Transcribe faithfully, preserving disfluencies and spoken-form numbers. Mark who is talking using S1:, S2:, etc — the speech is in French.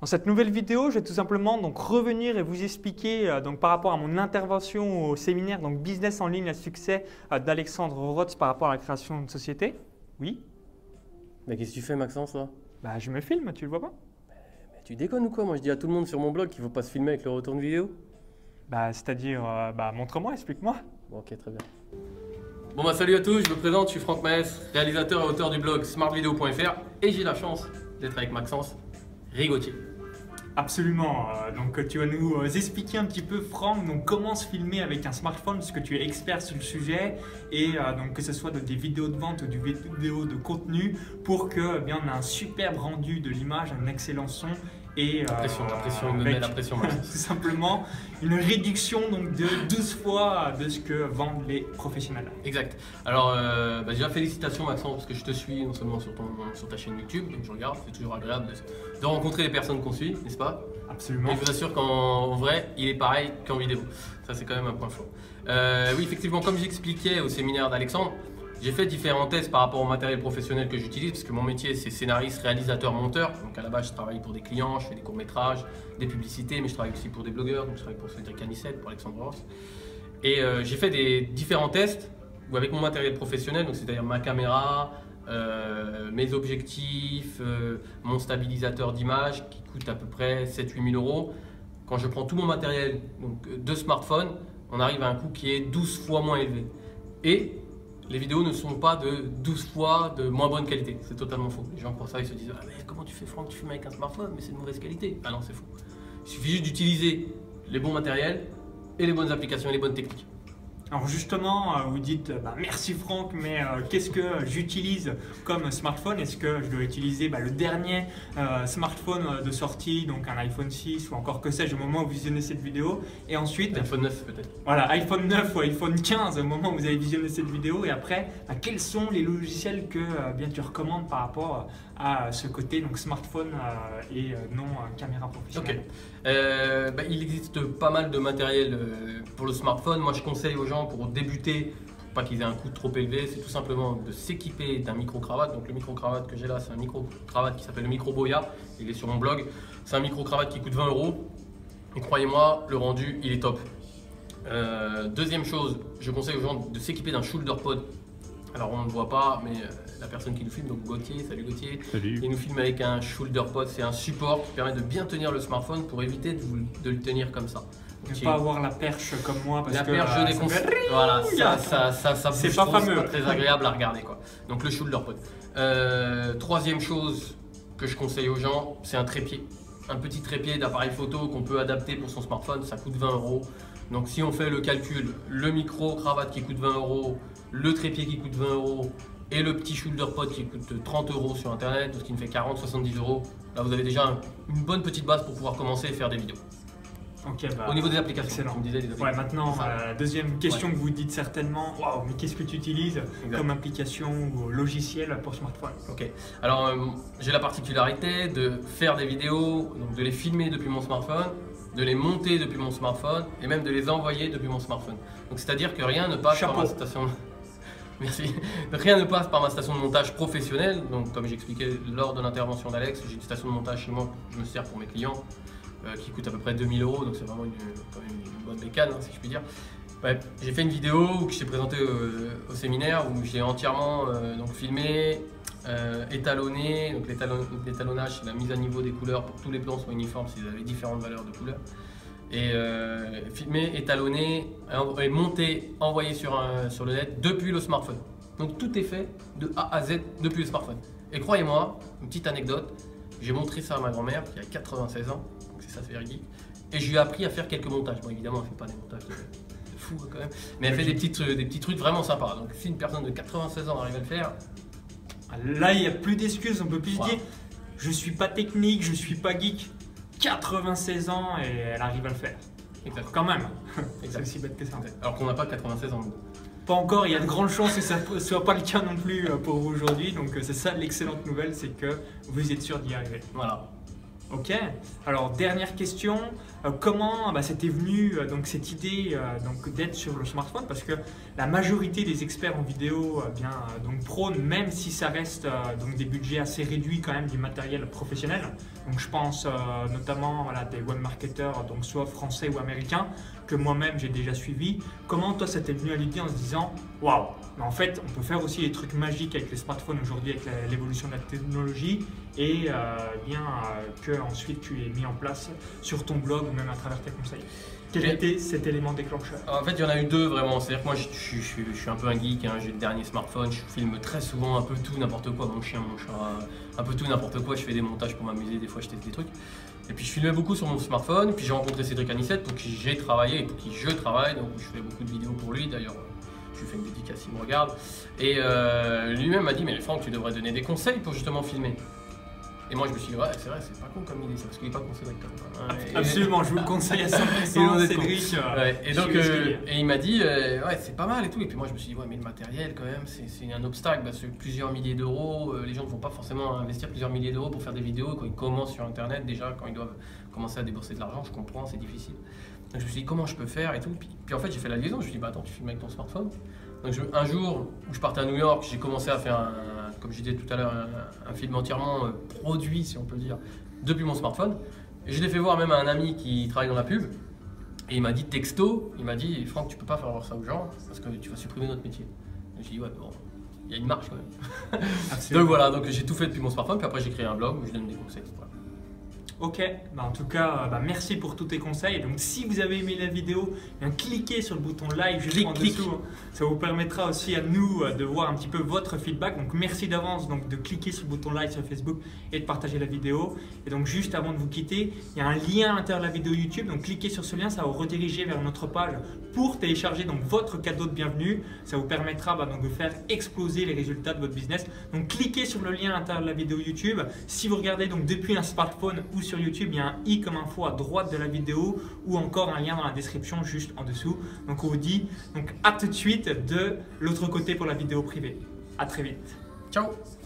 S1: Dans cette nouvelle vidéo, je vais tout simplement donc revenir et vous expliquer euh, donc par rapport à mon intervention au séminaire donc Business en ligne à succès euh, d'Alexandre Rotz par rapport à la création d'une société. Oui.
S2: Mais qu'est-ce que tu fais, Maxence, là?
S1: Bah, je me filme, tu le vois pas?
S2: Mais tu déconnes ou quoi? Moi, je dis à tout le monde sur mon blog qu'il ne faut pas se filmer avec le retour de vidéo.
S1: Bah, c'est-à-dire, euh, bah, montre-moi, explique-moi.
S2: Bon, ok, très bien. Bon, bah, salut à tous, je me présente, je suis Franck Maes, réalisateur et auteur du blog smart video point F R et j'ai la chance d'être avec Maxence Rigotier.
S1: Absolument. Euh, donc, tu vas nous euh, expliquer un petit peu, Franck, donc comment se filmer avec un smartphone, parce que tu es expert sur le sujet, et euh, donc que ce soit de, des vidéos de vente ou des vidéos de contenu, pour que eh bien on a un superbe rendu de l'image, un excellent son et
S2: La pression, la pression, il me
S1: avec,
S2: met la pression,
S1: tout
S2: Maxence.
S1: simplement une réduction donc de douze fois de ce que vendent les professionnels.
S2: Exact. Alors, euh, bah, déjà félicitations Maxence, parce que je te suis non seulement sur, ton, sur ta chaîne YouTube, donc je regarde, c'est toujours agréable de, de rencontrer les personnes qu'on suit, n'est-ce pas?
S1: Absolument.
S2: Et je vous assure qu'en vrai, il est pareil qu'en vidéo. Ça, c'est quand même un point fort. Euh, oui, effectivement, comme j'expliquais au séminaire d'Alexandre, j'ai fait différents tests par rapport au matériel professionnel que j'utilise, parce que mon métier, c'est scénariste, réalisateur, monteur. Donc à la base, je travaille pour des clients, je fais des courts-métrages, des publicités, mais je travaille aussi pour des blogueurs. Donc je travaille pour Cédric Anissette, pour Alexandre Ross. Et euh, j'ai fait des différents tests où avec mon matériel professionnel, donc c'est-à-dire ma caméra, euh, mes objectifs, euh, mon stabilisateur d'image qui coûte à peu près sept à huit mille euros. Quand je prends tout mon matériel donc, de smartphone, on arrive à un coût qui est douze fois moins élevé. Et les vidéos ne sont pas de douze fois de moins bonne qualité. C'est totalement faux. Les gens croient ça, ils se disent « Ah mais comment tu fais, Franck, tu filmes avec un smartphone, mais c'est de mauvaise qualité ». Ah non, c'est faux. Il suffit juste d'utiliser les bons matériels et les bonnes applications et les bonnes techniques.
S1: Alors justement, euh, vous dites bah, merci Franck, mais euh, qu'est-ce que j'utilise comme smartphone? Est-ce que je dois utiliser bah, le dernier euh, smartphone de sortie, donc un iPhone six ou encore que sais-je au moment où vous visionnez cette vidéo? Et ensuite,
S2: iPhone neuf peut-être.
S1: Voilà, iPhone neuf ou iPhone quinze au moment où vous avez visionné cette vidéo. Et après, bah, quels sont les logiciels que euh, bien tu recommandes par rapport à ce côté donc smartphone euh, et euh, non euh, caméra professionnelle?
S2: Ok. Euh, bah, il existe pas mal de matériel euh, pour le smartphone. Moi, je conseille aux gens pour débuter, pour pas qu'ils aient un coût trop élevé, c'est tout simplement de s'équiper d'un micro-cravate. Donc le micro-cravate que j'ai là, c'est un micro-cravate qui s'appelle le Micro Boya. Il est sur mon blog. C'est un micro-cravate qui coûte vingt euros. Et croyez-moi, le rendu, il est top. Euh, deuxième chose, je conseille aux gens de s'équiper d'un shoulder pod. Alors on ne le voit pas, mais euh, la personne qui nous filme, donc Gauthier, salut Gauthier,
S1: Salut.
S2: il nous filme avec un shoulder pod. C'est un support qui permet de bien tenir le smartphone pour éviter de, vous, de le tenir comme ça.
S1: Ne pas avoir la perche comme moi parce
S2: la
S1: que
S2: perche, je
S1: euh,
S2: déconseille.
S1: fait...
S2: Voilà, ça, ça, ça, ça
S1: c'est
S2: bouge
S1: pas
S2: trop,
S1: fameux.
S2: c'est pas très agréable à regarder quoi. Donc le shoulder pod. Euh, troisième chose que je conseille aux gens, c'est un trépied. Un petit trépied d'appareil photo qu'on peut adapter pour son smartphone, ça coûte vingt euros. Donc si on fait le calcul, le micro cravate qui coûte vingt euros, le trépied qui coûte vingt euros et le petit shoulder pod qui coûte trente euros sur internet, ce qui ne fait quarante à soixante-dix euros, là vous avez déjà une bonne petite base pour pouvoir commencer et faire des vidéos.
S1: Okay, bah,
S2: au niveau des applications,
S1: excellent.
S2: tu me disais des applications.
S1: Ouais, maintenant, euh, la deuxième question
S2: ouais.
S1: que vous dites certainement, waouh, mais qu'est-ce que tu utilises exact. Comme application ou logiciel pour smartphone?
S2: Ok, alors euh, j'ai la particularité de faire des vidéos, donc de les filmer depuis mon smartphone, de les monter depuis mon smartphone et même de les envoyer depuis mon smartphone. Donc c'est-à-dire que rien ne passe
S1: Chapeau.
S2: par ma station. Merci. Donc rien ne passe par ma station de montage professionnelle. Donc comme j'expliquais lors de l'intervention d'Alex, j'ai une station de montage chez moi que je me sers pour mes clients. Euh, qui coûte à peu près deux mille euros, donc c'est vraiment une, quand même une bonne bécane, hein, si je puis dire. Ouais, j'ai fait une vidéo que j'ai présentée euh, au séminaire où j'ai entièrement euh, donc, filmé, euh, étalonné. Donc l'étalonnage, c'est la mise à niveau des couleurs pour que tous les plans soient uniformes s'ils avaient différentes valeurs de couleurs. Et euh, filmé, étalonné, et monté, envoyé sur, un, sur le net depuis le smartphone. Donc tout est fait de A à Z depuis le smartphone. Et croyez-moi, une petite anecdote, j'ai montré ça à ma grand-mère qui a quatre-vingt-seize ans. Ça c'est véridique. Et je lui ai appris à faire quelques montages. Bon, évidemment, elle ne fait pas des montages de, de fou quand même, mais elle fait des, petites, des petits trucs vraiment sympas. Donc, si une personne de quatre-vingt-seize ans arrive à le faire.
S1: Là, il n'y a plus d'excuses. On peut plus
S2: voilà.
S1: se dire je suis pas technique, je suis pas geek. quatre-vingt-seize ans et elle arrive à le faire.
S2: Exact.
S1: Quand même. C'est aussi bête que ça.
S2: Exact. Alors qu'on n'a pas quatre-vingt-seize ans.
S1: Pas encore, il y a de grandes chances que ça ne soit pas le cas non plus pour vous aujourd'hui. Donc, c'est ça l'excellente nouvelle, c'est que vous êtes sûr d'y arriver.
S2: Voilà.
S1: Ok, alors dernière question, euh, comment bah, c'était venu euh, donc, cette idée euh, donc, d'être sur le smartphone? Parce que la majorité des experts en vidéo euh, bien, euh, donc, prônent, même si ça reste euh, donc, des budgets assez réduits quand même du matériel professionnel, Donc je pense euh, notamment à des web marketeurs, donc soit français ou américains, que moi-même j'ai déjà suivi. Comment toi ça t'est venu à l'idée en se disant waouh, mais en fait on peut faire aussi des trucs magiques avec les smartphones aujourd'hui avec l'évolution de la technologie et euh, bien euh, que ensuite tu aies mis en place sur ton blog ou même à travers tes conseils. Quel était cet élément déclencheur?
S2: En fait, il y en a eu deux vraiment. C'est-à-dire que moi, je, je, je, je suis un peu un geek, hein. J'ai le dernier smartphone, je filme très souvent un peu tout, n'importe quoi, mon chien, mon chat, un peu tout, n'importe quoi. Je fais des montages pour m'amuser, des fois je teste des trucs. Et puis je filmais beaucoup sur mon smartphone, puis j'ai rencontré Cédric Anissette pour qui j'ai travaillé et pour qui je travaille, donc je fais beaucoup de vidéos pour lui. D'ailleurs, je lui fais une dédicace, il me regarde. Et euh, lui-même m'a dit, mais Franck, tu devrais donner des conseils pour justement filmer. Et moi je me suis dit, ouais, c'est vrai, c'est pas con comme idée, c'est parce qu'il n'est pas conseillé comme
S1: ça. Absolument, je vous le conseille à cent pour cent, Cédric.
S2: Ouais, et donc, euh, et il m'a dit, euh, ouais, c'est pas mal et tout. Et puis moi je me suis dit, ouais, mais le matériel quand même, c'est un obstacle, parce que plusieurs milliers d'euros, euh, les gens ne vont pas forcément investir plusieurs milliers d'euros pour faire des vidéos quand ils commencent sur internet. Déjà, quand ils doivent commencer à débourser de l'argent, je comprends, c'est difficile. Donc je me suis dit, comment je peux faire et tout. Puis, puis en fait, j'ai fait la liaison, je me suis dit, bah attends, tu filmes avec ton smartphone. Donc je, un jour où je partais à New York, j'ai commencé à faire un. Comme je disais tout à l'heure, un, un film entièrement euh, produit, si on peut dire, depuis mon smartphone. Et je l'ai fait voir même à un ami qui travaille dans la pub. Et il m'a dit texto, il m'a dit, Franck, tu peux pas faire voir ça aux gens parce que tu vas supprimer notre métier. Et j'ai dit, ouais, bon, il y a une marge quand même. Donc voilà, donc j'ai tout fait depuis mon smartphone. Puis après, j'ai créé un blog où je donne des conseils. Voilà.
S1: Ok, bah en tout cas, bah merci pour tous tes conseils. Donc si vous avez aimé la vidéo, bien cliquez sur le bouton like juste clic, en clic. dessous. Ça vous permettra aussi à nous de voir un petit peu votre feedback. Donc merci d'avance donc de cliquer sur le bouton like sur Facebook et de partager la vidéo. Et donc juste avant de vous quitter, il y a un lien à l'intérieur de la vidéo YouTube. Donc cliquez sur ce lien, ça va vous rediriger vers notre page pour télécharger donc votre cadeau de bienvenue. Ça vous permettra bah, donc de faire exploser les résultats de votre business. Donc cliquez sur le lien à l'intérieur de la vidéo YouTube. Si vous regardez donc depuis un smartphone ou sur Sur YouTube, il y a un i comme info à droite de la vidéo ou encore un lien dans la description juste en dessous. Donc on vous dit donc à tout de suite de l'autre côté pour la vidéo privée. À très vite.
S2: Ciao.